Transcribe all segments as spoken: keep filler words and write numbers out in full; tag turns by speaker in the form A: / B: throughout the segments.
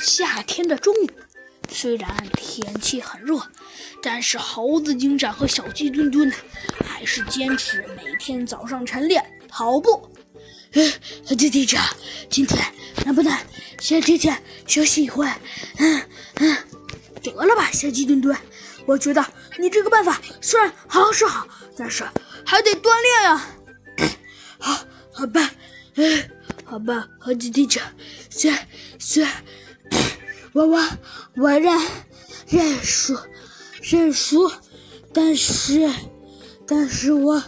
A: 夏天的中午，虽然天气很热，但是猴子警长和小鸡墩墩还是坚持每天早上晨练跑步。呃，猴子警长，今天能不能先提前休息一会儿？嗯嗯，得了吧，小鸡墩墩，我觉得你这个办法虽然好是好，但是还得锻炼呀。好，好吧，嗯，好吧，猴子警长，虽虽我我我认认输认输，但是但是我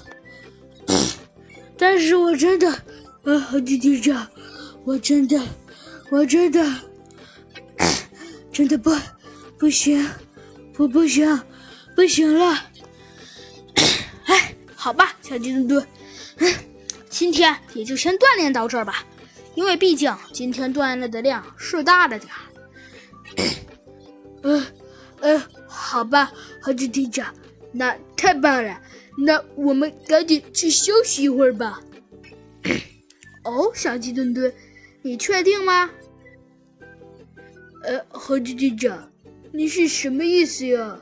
A: 但是我真的，啊，猴子警长，我真的我真的真的不不行，我不行不行了。哎，好吧，小鸡墩墩，嗯，今天也就先锻炼到这儿吧，因为毕竟今天锻炼的量是大了点儿。呃呃，好吧，猴子警长，那太棒了，那我们赶紧去休息一会儿吧。哦，小鸡墩墩，你确定吗？呃，猴子警长，你是什么意思呀？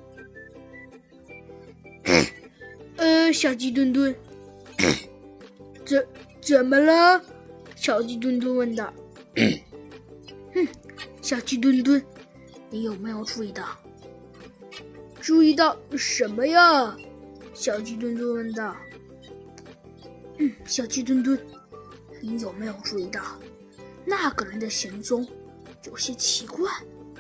A: 呃，小鸡墩墩，怎怎么了？小鸡墩墩问道。哼，小鸡墩墩，你有没有注意到？注意到什么呀？小鸡墩墩问道。嗯，小鸡墩墩，你有没有注意到那个人的行踪有些奇怪？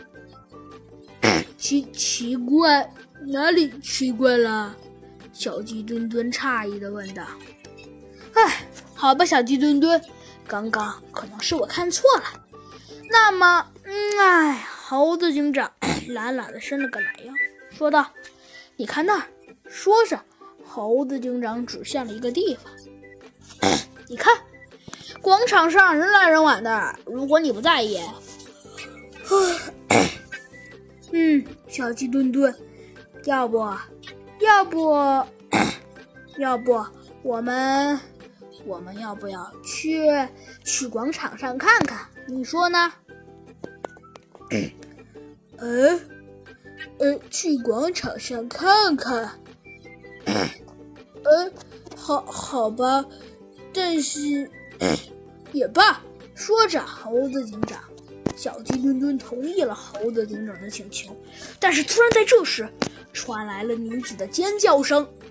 A: 奇奇怪？哪里奇怪了？小鸡墩墩诧异地问道。哎，好吧，小鸡墩墩，刚刚可能是我看错了。那么，嗯，哎，猴子警长懒懒地伸了个懒腰，说道：“你看那儿。”说着，猴子警长指向了一个地方。你看，广场上人来人往的，如果你不在意，嗯，小鸡墩墩，要不，要不，要不我们，我们要不要去去广场上看看？你说呢？呃，呃，去广场上看看。呃，好，好吧，但是也罢。说着，猴子警长、小鸡墩墩同意了猴子警长的请求。但是突然在这时，传来了女子的尖叫声。